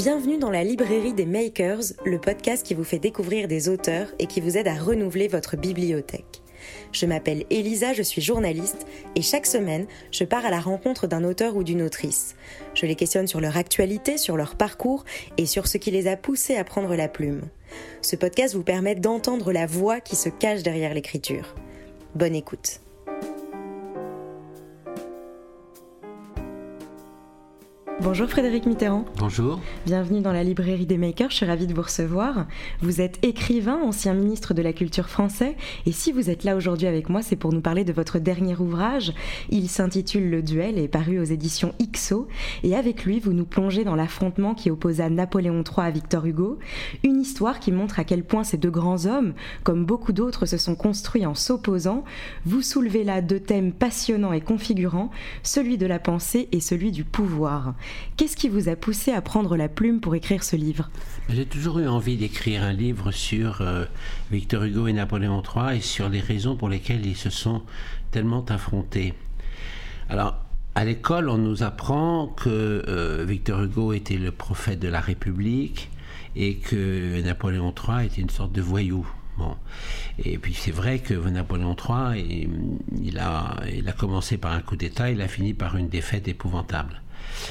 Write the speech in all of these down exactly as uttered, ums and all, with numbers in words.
Bienvenue dans la librairie des Makers, le podcast qui vous fait découvrir des auteurs et qui vous aide à renouveler votre bibliothèque. Je m'appelle Elisa, je suis journaliste et chaque semaine, je pars à la rencontre d'un auteur ou d'une autrice. Je les questionne sur leur actualité, sur leur parcours et sur ce qui les a poussés à prendre la plume. Ce podcast vous permet d'entendre la voix qui se cache derrière l'écriture. Bonne écoute. Bonjour Frédéric Mitterrand. Bonjour. Bienvenue dans la librairie des Makers, je suis ravie de vous recevoir. Vous êtes écrivain, ancien ministre de la Culture français, et si vous êtes là aujourd'hui avec moi, c'est pour nous parler de votre dernier ouvrage. Il s'intitule Le Duel et est paru aux éditions I X O, et avec lui, vous nous plongez dans l'affrontement qui opposa Napoléon trois à Victor Hugo, une histoire qui montre à quel point ces deux grands hommes, comme beaucoup d'autres, se sont construits en s'opposant. Vous soulevez là deux thèmes passionnants et configurants, celui de la pensée et celui du pouvoir. Qu'est-ce qui vous a poussé à prendre la plume pour écrire ce livre ? J'ai toujours eu envie d'écrire un livre sur euh, Victor Hugo et Napoléon trois et sur les raisons pour lesquelles ils se sont tellement affrontés. Alors, à l'école, on nous apprend que euh, Victor Hugo était le prophète de la République et que Napoléon trois était une sorte de voyou. Bon. Et puis c'est vrai que Napoléon trois, il, il, a, il a commencé par un coup d'État, il a fini par une défaite épouvantable.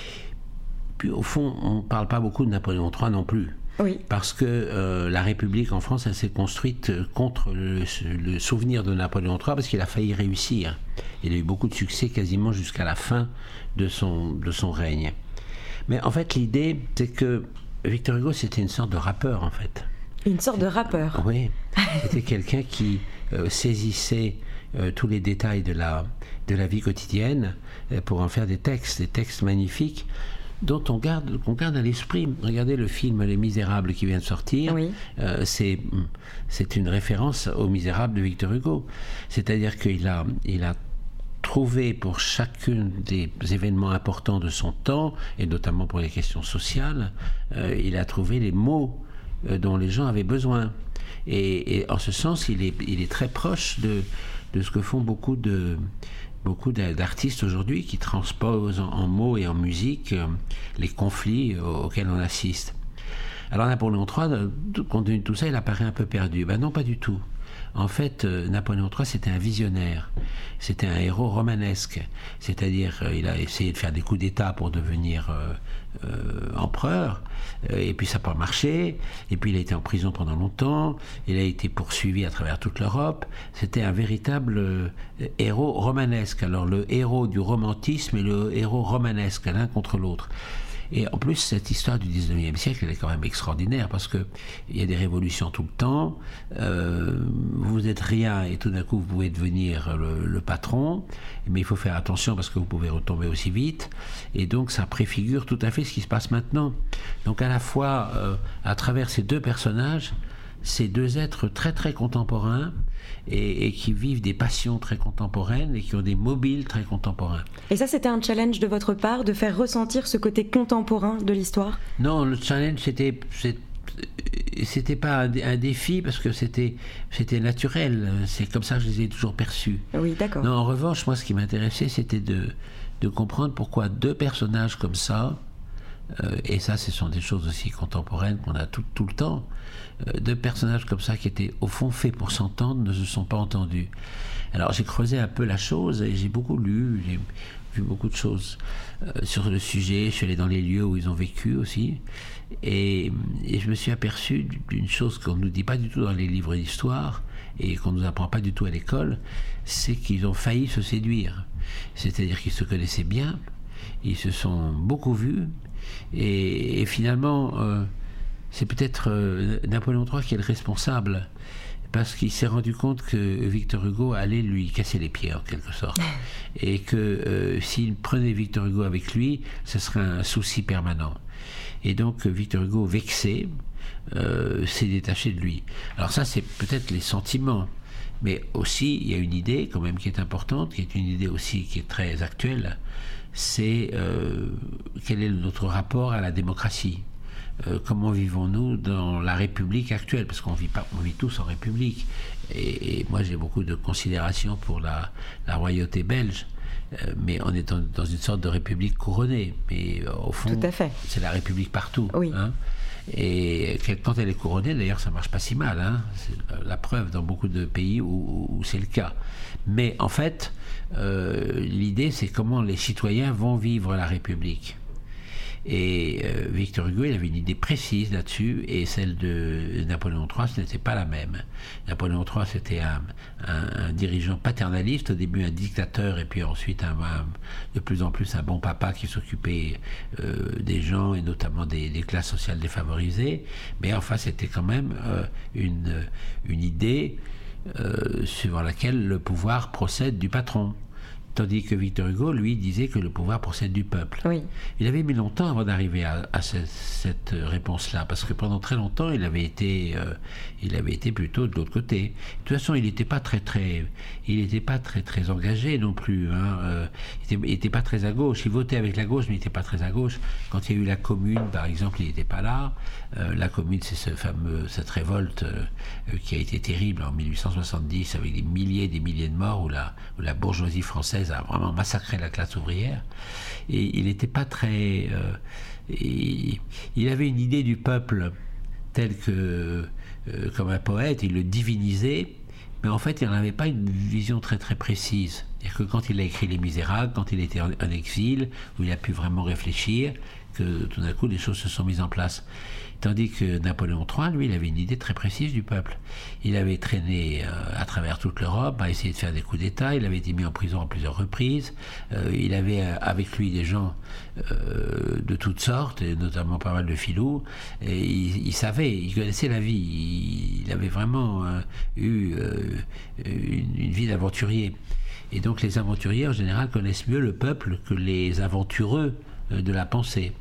Puis au fond, on ne parle pas beaucoup de Napoléon trois non plus. Oui. Parce que euh, la République en France, elle s'est construite contre le, le souvenir de Napoléon trois, parce qu'il a failli réussir. Il a eu beaucoup de succès quasiment jusqu'à la fin de son, de son règne. Mais en fait, l'idée, c'est que Victor Hugo, c'était une sorte de rappeur, en fait. Une sorte de rappeur. Oui. C'était quelqu'un qui euh, saisissait euh, tous les détails de la, de la vie quotidienne euh, pour en faire des textes, des textes magnifiques, dont on garde, qu'on garde à l'esprit. Regardez le film Les Misérables qui vient de sortir. Oui. Euh, c'est, c'est une référence aux Misérables de Victor Hugo. C'est-à-dire qu'il a, il a trouvé pour chacun des événements importants de son temps, et notamment pour les questions sociales, euh, il a trouvé les mots euh, dont les gens avaient besoin. Et, et en ce sens, il est, il est très proche de, de ce que font beaucoup de... beaucoup d'artistes aujourd'hui qui transposent en mots et en musique euh, les conflits auxquels on assiste. Alors Napoléon trois, compte tenu de tout ça, il apparaît un peu perdu. Ben non, pas du tout. En fait, euh, Napoléon trois, c'était un visionnaire. C'était un héros romanesque. C'est-à-dire, euh, il a essayé de faire des coups d'État pour devenir euh, euh, empereur, euh, et puis ça n'a pas marché, et puis il a été en prison pendant longtemps, il a été poursuivi à travers toute l'Europe. C'était un véritable euh, héros romanesque. Alors le héros du romantisme et le héros romanesque, l'un contre l'autre. Et en plus, cette histoire du dix-neuvième siècle, elle est quand même extraordinaire, parce qu'il y a des révolutions tout le temps, euh, vous n'êtes rien et tout d'un coup vous pouvez devenir le, le patron, mais il faut faire attention parce que vous pouvez retomber aussi vite, et donc ça préfigure tout à fait ce qui se passe maintenant. Donc à la fois, euh, à travers ces deux personnages, ces deux êtres très très contemporains et, et qui vivent des passions très contemporaines et qui ont des mobiles très contemporains. Et ça, c'était un challenge de votre part, de faire ressentir ce côté contemporain de l'histoire ? Non, le challenge, c'était... c'était pas un, un défi parce que c'était, c'était naturel. C'est comme ça que je les ai toujours perçus. Oui, d'accord. Non, en revanche, moi, ce qui m'intéressait, c'était de, de comprendre pourquoi deux personnages comme ça, euh, et ça, ce sont des choses aussi contemporaines qu'on a tout, tout le temps, euh, deux personnages comme ça qui étaient au fond faits pour s'entendre ne se sont pas entendus. Alors j'ai creusé un peu la chose et j'ai beaucoup lu, j'ai vu beaucoup de choses euh, sur le sujet. Je suis allé dans les lieux où ils ont vécu aussi, et, et je me suis aperçu d'une chose qu'on ne nous dit pas du tout dans les livres d'histoire et qu'on ne nous apprend pas du tout à l'école, c'est qu'ils ont failli se séduire. C'est-à-dire qu'ils se connaissaient bien, ils se sont beaucoup vus, et, et finalement euh, c'est peut-être euh, Napoléon trois qui est le responsable, parce qu'il s'est rendu compte que Victor Hugo allait lui casser les pieds en quelque sorte, et que euh, s'il prenait Victor Hugo avec lui, ce serait un souci permanent. Et donc Victor Hugo, vexé, euh, s'est détaché de lui. Alors ça, c'est peut-être les sentiments, mais aussi il y a une idée quand même qui est importante, qui est une idée aussi qui est très actuelle, c'est euh, quel est notre rapport à la démocratie. Euh, comment vivons-nous dans la République actuelle, parce qu'on vit pas, on vit tous en République, et, et moi j'ai beaucoup de considération pour la, la royauté belge, euh, mais on est dans, dans une sorte de république couronnée. Mais euh, au fond, tout à fait. C'est la république partout. Oui. Hein. Et quand elle est couronnée, d'ailleurs, ça marche pas si mal. Hein. C'est la preuve dans beaucoup de pays où, où c'est le cas. Mais en fait, euh, l'idée, c'est comment les citoyens vont vivre la République. Et euh, Victor Hugo, il avait une idée précise là-dessus, et celle de Napoléon trois, ce n'était pas la même. Napoléon trois, c'était un, un, un dirigeant paternaliste, au début un dictateur, et puis ensuite un, un, de plus en plus un bon papa qui s'occupait euh, des gens, et notamment des, des classes sociales défavorisées. Mais enfin, c'était quand même euh, une, une idée euh, suivant laquelle le pouvoir procède du patron. Tandis que Victor Hugo, lui, disait que le pouvoir procède du peuple. Oui. Il avait mis longtemps avant d'arriver à, à ce, cette réponse-là, parce que pendant très longtemps, il avait été, euh, il avait été plutôt de l'autre côté. De toute façon, il n'était pas très, très, il n'était pas très, très engagé non plus. Hein. Euh, il n'était pas très à gauche. Il votait avec la gauche, mais il n'était pas très à gauche. Quand il y a eu la Commune, par exemple, il n'était pas là. Euh, la Commune, c'est ce fameux, cette révolte euh, qui a été terrible en mille huit cent soixante-dix, avec des milliers et des milliers de morts, où la, où la bourgeoisie française a vraiment massacré la classe ouvrière. Et il n'était pas très... Euh, il, il avait une idée du peuple telle que, euh, comme un poète, il le divinisait, mais en fait, il n'en avait pas une vision très très précise. C'est-à-dire que quand il a écrit Les Misérables, quand il était en, en exil, où il a pu vraiment réfléchir, que tout d'un coup, les choses se sont mises en place. Tandis que Napoléon trois, lui, il avait une idée très précise du peuple. Il avait traîné euh, à travers toute l'Europe, a essayé de faire des coups d'État, il avait été mis en prison à plusieurs reprises, euh, il avait euh, avec lui des gens euh, de toutes sortes, et notamment pas mal de filous, et il, il savait, il connaissait la vie, il, il avait vraiment euh, eu euh, une, une vie d'aventurier. Et donc les aventuriers, en général, connaissent mieux le peuple que les aventureux de la pensée.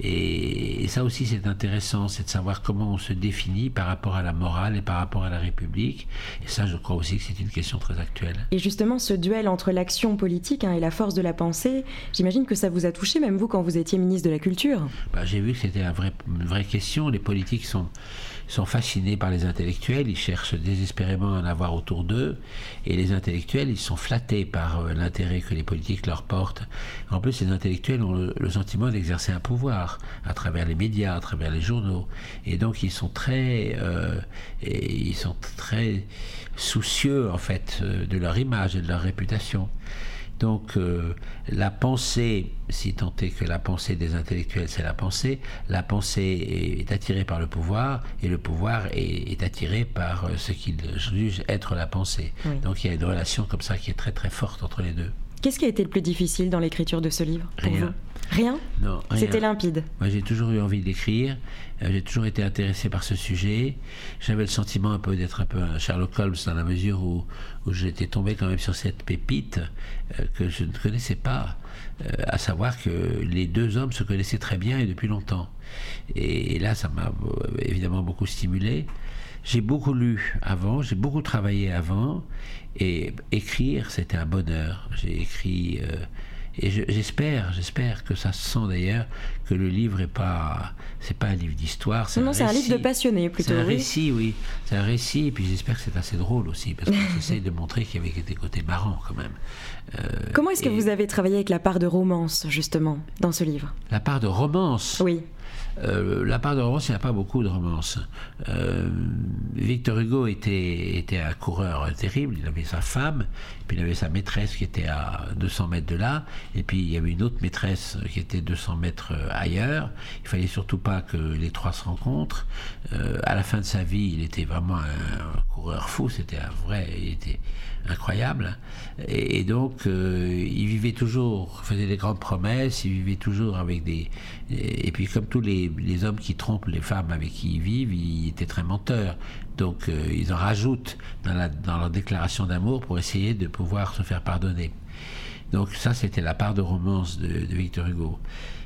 Et, et ça aussi, c'est intéressant, c'est de savoir comment on se définit par rapport à la morale et par rapport à la République. Et ça, je crois aussi que c'est une question très actuelle. Et justement, ce duel entre l'action politique hein, et la force de la pensée, j'imagine que ça vous a touché, même vous, quand vous étiez ministre de la Culture. Bah, j'ai vu que c'était un vrai, une vraie question. Les politiques sont, sont fascinés par les intellectuels, ils cherchent désespérément à en avoir autour d'eux, et les intellectuels, ils sont flattés par euh, l'intérêt que les politiques leur portent. En plus, les intellectuels ont le, le sentiment d'exercer un pouvoir à travers les médias, à travers les journaux, et donc ils sont très, euh, et ils sont très soucieux en fait de leur image et de leur réputation. Donc euh, la pensée, si tant est que la pensée des intellectuels c'est la pensée, la pensée est, est attirée par le pouvoir, et le pouvoir est, est attiré par euh, ce qu'ils jugent être la pensée. Oui. Donc il y a une relation comme ça qui est très très forte entre les deux. Qu'est-ce qui a été le plus difficile dans l'écriture de ce livre pour Rien. vous ? Rien ? Non, rien. C'était limpide. Moi, j'ai toujours eu envie d'écrire. Euh, j'ai toujours été intéressé par ce sujet. J'avais le sentiment un peu d'être un peu un Sherlock Holmes dans la mesure où, où j'étais tombé quand même sur cette pépite euh, que je ne connaissais pas, euh, à savoir que les deux hommes se connaissaient très bien et depuis longtemps. Et, et là, ça m'a évidemment beaucoup stimulé. J'ai beaucoup lu avant, j'ai beaucoup travaillé avant, et écrire, c'était un bonheur. J'ai écrit... Euh, Et je, j'espère, j'espère que ça se sent d'ailleurs que le livre est pas, c'est pas un livre d'histoire, c'est non, un c'est récit. un livre de passionné plutôt. C'est un oui. récit, oui, c'est un récit. Et puis j'espère que c'est assez drôle aussi, parce que j'essaie de montrer qu'il y avait des côtés marrants quand même. Euh, Comment est-ce que vous avez travaillé avec la part de romance justement dans ce livre ? La part de romance. Oui. Euh, la part de romance, il n'y a pas beaucoup de romance. Euh, Victor Hugo était, était un coureur terrible, il avait sa femme, puis il avait sa maîtresse qui était à deux cents mètres de là, et puis il y avait une autre maîtresse qui était deux cents mètres ailleurs. Il fallait surtout pas que les trois se rencontrent. Euh, à la fin de sa vie, il était vraiment un, un coureur fou, c'était un vrai, il était incroyable. Et, et donc, euh, il vivait toujours, faisait des grandes promesses, il vivait toujours avec des... Et, et puis, comme tous les, les hommes qui trompent les femmes avec qui ils vivent, il était très menteur. Donc, euh, ils en rajoutent dans, la, dans leur déclaration d'amour pour essayer de pouvoir se faire pardonner. Donc, ça, c'était la part de romance de, de Victor Hugo.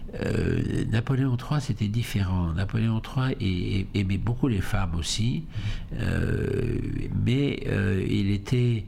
Euh, Napoléon trois, c'était différent. Napoléon trois aimait beaucoup les femmes aussi, euh, mais euh, il était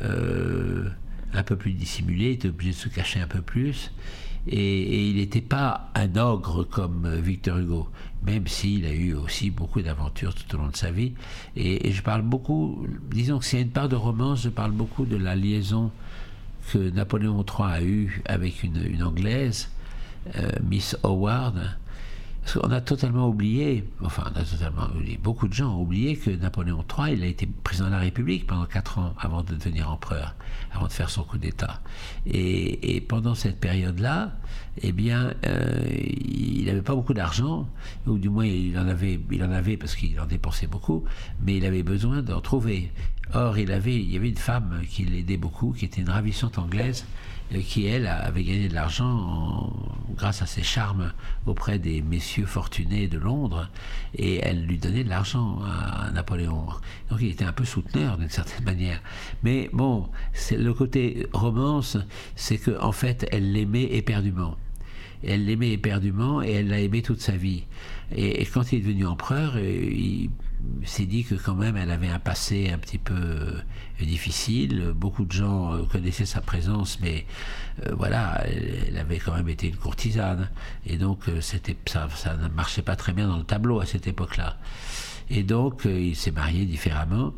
euh, un peu plus dissimulé, il était obligé de se cacher un peu plus, et, et il n'était pas un ogre comme Victor Hugo, même s'il a eu aussi beaucoup d'aventures tout au long de sa vie. Et, et je parle beaucoup, disons que s'il y a une part de romance, je parle beaucoup de la liaison que Napoléon trois a eu avec une, une Anglaise, euh, Miss Howard. Parce qu'on a totalement oublié, enfin on a totalement oublié, beaucoup de gens ont oublié que Napoléon trois, il a été président de la République pendant quatre ans avant de devenir empereur, avant de faire son coup d'État. Et, et pendant cette période-là, eh bien, euh, il n'avait pas beaucoup d'argent, ou du moins il en avait, il en avait parce qu'il en dépensait beaucoup, mais il avait besoin d'en trouver. Or, il, avait, il y avait une femme qui l'aidait beaucoup, qui était une ravissante anglaise, qui, elle, avait gagné de l'argent en, grâce à ses charmes auprès des messieurs fortunés de Londres, et elle lui donnait de l'argent à, à Napoléon. Donc il était un peu souteneur d'une certaine manière. Mais bon, c'est, le côté romance, c'est qu'en en fait, elle l'aimait éperdument. Elle l'aimait éperdument et elle l'a aimé toute sa vie. Et, et quand il est devenu empereur, il s'est dit que quand même elle avait un passé un petit peu euh, difficile. Beaucoup de gens euh, connaissaient sa présence, mais euh, voilà, elle, elle avait quand même été une courtisane. Et donc euh, c'était, ça, ça ne marchait pas très bien dans le tableau à cette époque-là. Et donc euh, il s'est marié différemment.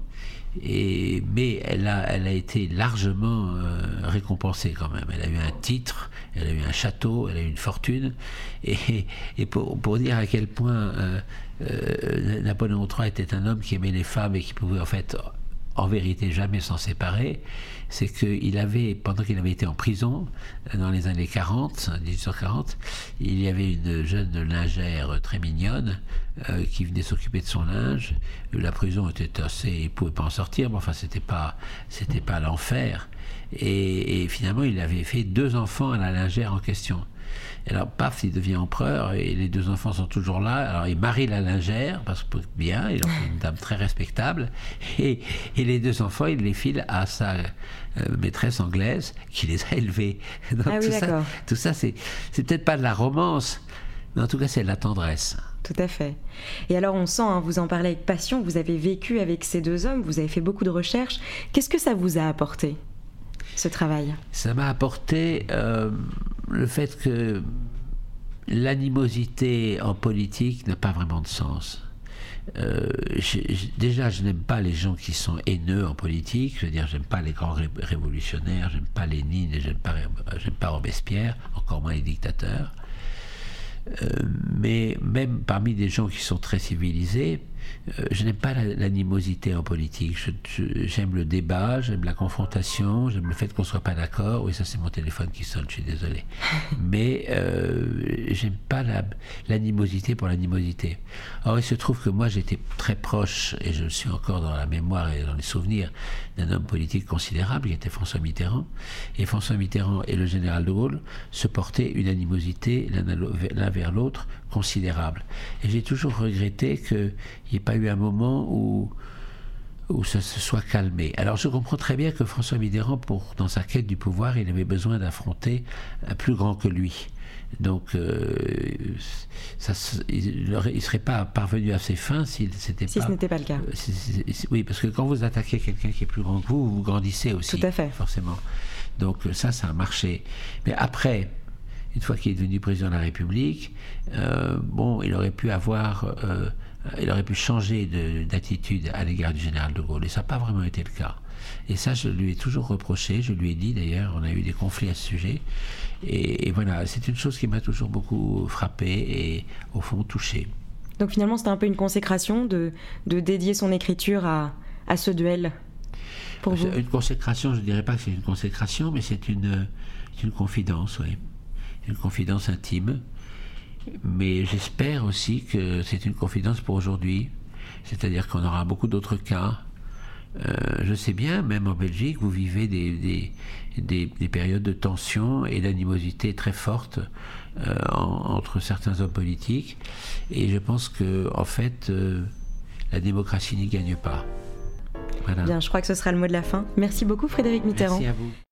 Et, mais elle a, elle a été largement euh, récompensée quand même. Elle a eu un titre, elle a eu un château, elle a eu une fortune. Et, et pour, pour dire à quel point euh, euh, Napoléon trois était un homme qui aimait les femmes et qui pouvait en fait, en vérité, jamais s'en séparer, c'est qu'il avait, pendant qu'il avait été en prison, dans les années quarante, dix-huit cent quarante, il y avait une jeune lingère très mignonne euh, qui venait s'occuper de son linge. La prison était assez, il ne pouvait pas en sortir, mais enfin c'était pas, c'était pas l'enfer. Et, et finalement, il avait fait deux enfants à la lingère en question. Et alors, paf, il devient empereur et les deux enfants sont toujours là. Alors, il marie la lingère, parce que bien, il est une dame très respectable. Et, et les deux enfants, il les file à sa euh, maîtresse anglaise qui les a élevés. Donc, ah oui, tout, d'accord. ça, tout ça, c'est, c'est peut-être pas de la romance, mais en tout cas, c'est de la tendresse. Tout à fait. Et alors, on sent, hein, vous en parlez avec passion, vous avez vécu avec ces deux hommes, vous avez fait beaucoup de recherches. Qu'est-ce que ça vous a apporté, ce travail? Ça m'a apporté euh, le fait que l'animosité en politique n'a pas vraiment de sens. Euh, j'ai, j'ai, déjà, je n'aime pas les gens qui sont haineux en politique. Je veux dire, j'aime pas les grands ré- révolutionnaires, j'aime pas Lénine et j'aime pas, j'aime pas Robespierre, encore moins les dictateurs. Euh, mais même parmi des gens qui sont très civilisés, euh, je n'aime pas la, l'animosité en politique. Je, je, j'aime le débat, j'aime la confrontation, j'aime le fait qu'on ne soit pas d'accord. Oui, ça c'est mon téléphone qui sonne, je suis désolé. Mais euh, j'aime pas la, l'animosité pour l'animosité. Or, il se trouve que moi j'étais très proche, et je le suis encore dans la mémoire et dans les souvenirs, d'un homme politique considérable qui était François Mitterrand. Et François Mitterrand et le général de Gaulle se portaient une animosité l'un, l'un vers l'autre considérable. Et j'ai toujours regretté qu'il n'y ait pas eu un moment où, où ça se soit calmé. Alors je comprends très bien que François Mitterrand, pour, dans sa quête du pouvoir, il avait besoin d'affronter un plus grand que lui. Donc euh, ça, il ne serait pas parvenu à ses fins s'il c'était si pas, ce n'était pas le cas. Euh, c'est, c'est, c'est, oui, parce que quand vous attaquez quelqu'un qui est plus grand que vous, vous grandissez aussi. Tout à fait. Forcément. Donc ça, ça a marché. Mais après, une fois qu'il est devenu président de la République, euh, bon, il aurait pu avoir, euh, il aurait pu changer de, d'attitude à l'égard du général de Gaulle, et ça n'a pas vraiment été le cas. Et ça, je lui ai toujours reproché, je lui ai dit d'ailleurs, on a eu des conflits à ce sujet, et, et voilà, c'est une chose qui m'a toujours beaucoup frappé et au fond touché. Donc finalement, c'était un peu une consécration de, de dédier son écriture à, à ce duel pour vous. Une consécration, je ne dirais pas que c'est une consécration, mais c'est une, c'est une confidence, oui. Une confidence intime, mais j'espère aussi que c'est une confidence pour aujourd'hui, c'est-à-dire qu'on aura beaucoup d'autres cas. Euh, je sais bien, même en Belgique, vous vivez des, des, des, des périodes de tension et d'animosité très fortes euh, en, entre certains hommes politiques, et je pense que en fait, euh, la démocratie n'y gagne pas. Voilà. Bien, je crois que ce sera le mot de la fin. Merci beaucoup Frédéric Mitterrand. Merci à vous.